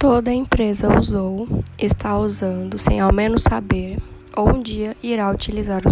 Toda empresa usou, está usando, sem ao menos saber, ou um dia irá utilizar o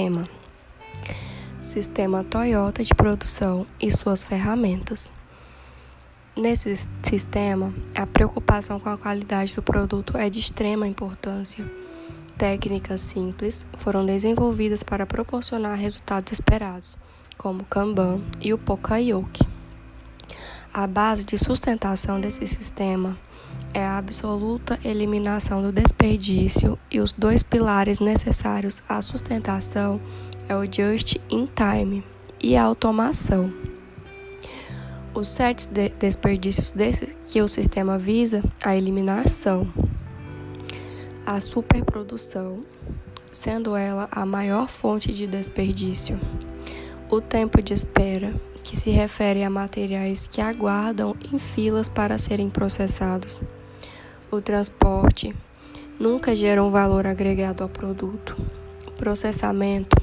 Sistema Toyota de produção e suas ferramentas. Nesse sistema, a preocupação com a qualidade do produto é de extrema importância. Técnicas simples foram desenvolvidas para proporcionar resultados esperados, como o Kanban e o Poka-yoke. A base de sustentação desse sistema é a absoluta eliminação do desperdício e os dois pilares necessários à sustentação é o Just in Time e a automação. Os 7 desperdícios que o sistema visa a eliminar são a superprodução, sendo ela a maior fonte de desperdício, o tempo de espera, que se refere a materiais que aguardam em filas para serem processados. O transporte nunca gera um valor agregado ao produto. Processamento,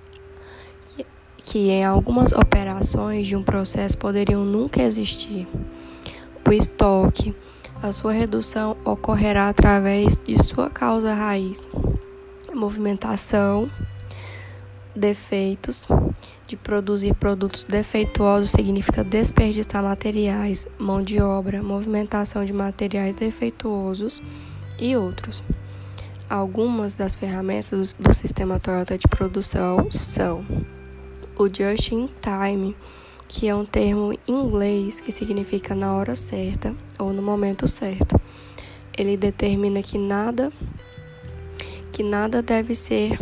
que em algumas operações de um processo poderiam nunca existir. O estoque, a sua redução ocorrerá através de sua causa raiz. Movimentação, defeitos. De produzir produtos defeituosos significa desperdiçar materiais, mão de obra, movimentação de materiais defeituosos e outros. Algumas das ferramentas do sistema Toyota de produção são o Just in Time, que é um termo em inglês que significa na hora certa ou no momento certo. Ele determina que nada deve ser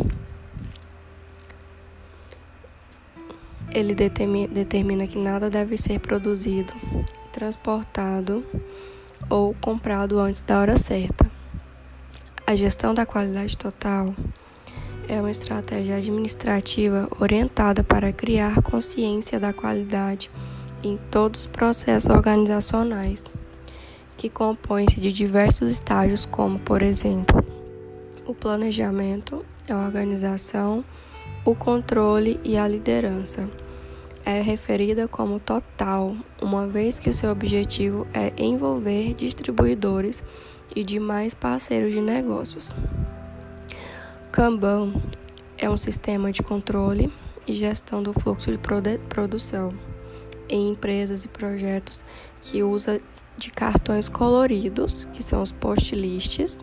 produzido, transportado ou comprado antes da hora certa. A gestão da qualidade total é uma estratégia administrativa orientada para criar consciência da qualidade em todos os processos organizacionais, que compõem-se de diversos estágios, como, por exemplo, o planejamento, a organização, o controle e a liderança. É referida como total, uma vez que o seu objetivo é envolver distribuidores e demais parceiros de negócios. Kanban é um sistema de controle e gestão do fluxo de produção em empresas e projetos que usa de cartões coloridos, que são os post-its,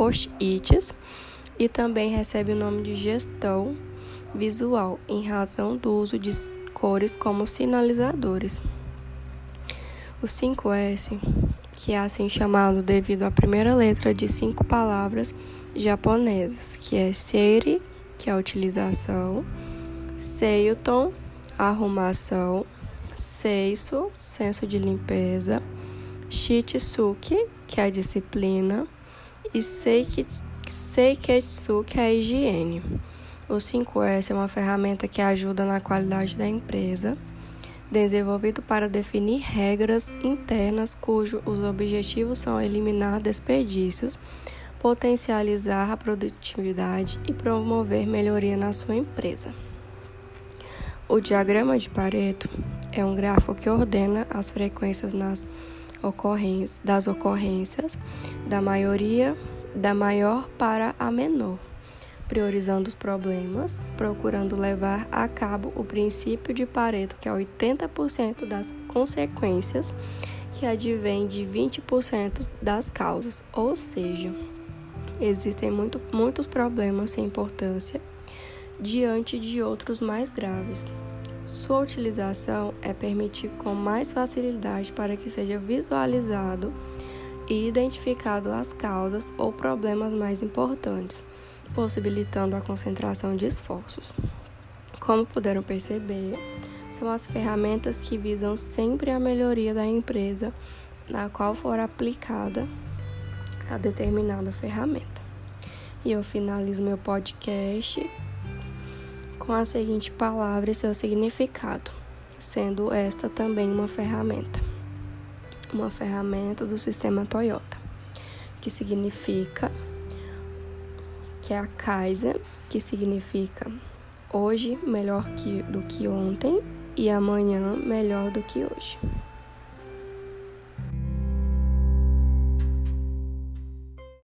e também recebe o nome de gestão visual, em razão do uso de cores como sinalizadores. O 5S, que é assim chamado devido à primeira letra de 5 palavras japonesas, que é seiri, que é a utilização, seiton, arrumação, seiso, senso de limpeza, shitsuki, que é a disciplina, e seiketsu, que é a higiene. O 5S é uma ferramenta que ajuda na qualidade da empresa, desenvolvido para definir regras internas cujos objetivos são eliminar desperdícios, potencializar a produtividade e promover melhoria na sua empresa. O diagrama de Pareto é um gráfico que ordena as frequências das ocorrências da maior para a menor, priorizando os problemas, procurando levar a cabo o princípio de Pareto, que é 80% das consequências que advém de 20% das causas, ou seja, existem muitos problemas sem importância diante de outros mais graves. Sua utilização é permitir com mais facilidade para que seja visualizado e identificado as causas ou problemas mais importantes, possibilitando a concentração de esforços. Como puderam perceber, são as ferramentas que visam sempre a melhoria da empresa na qual for aplicada a determinada ferramenta. E eu finalizo meu podcast com a seguinte palavra e seu significado, sendo esta também uma ferramenta do sistema Toyota, que significa que é a Kaizen, que significa hoje melhor do que ontem e amanhã melhor do que hoje.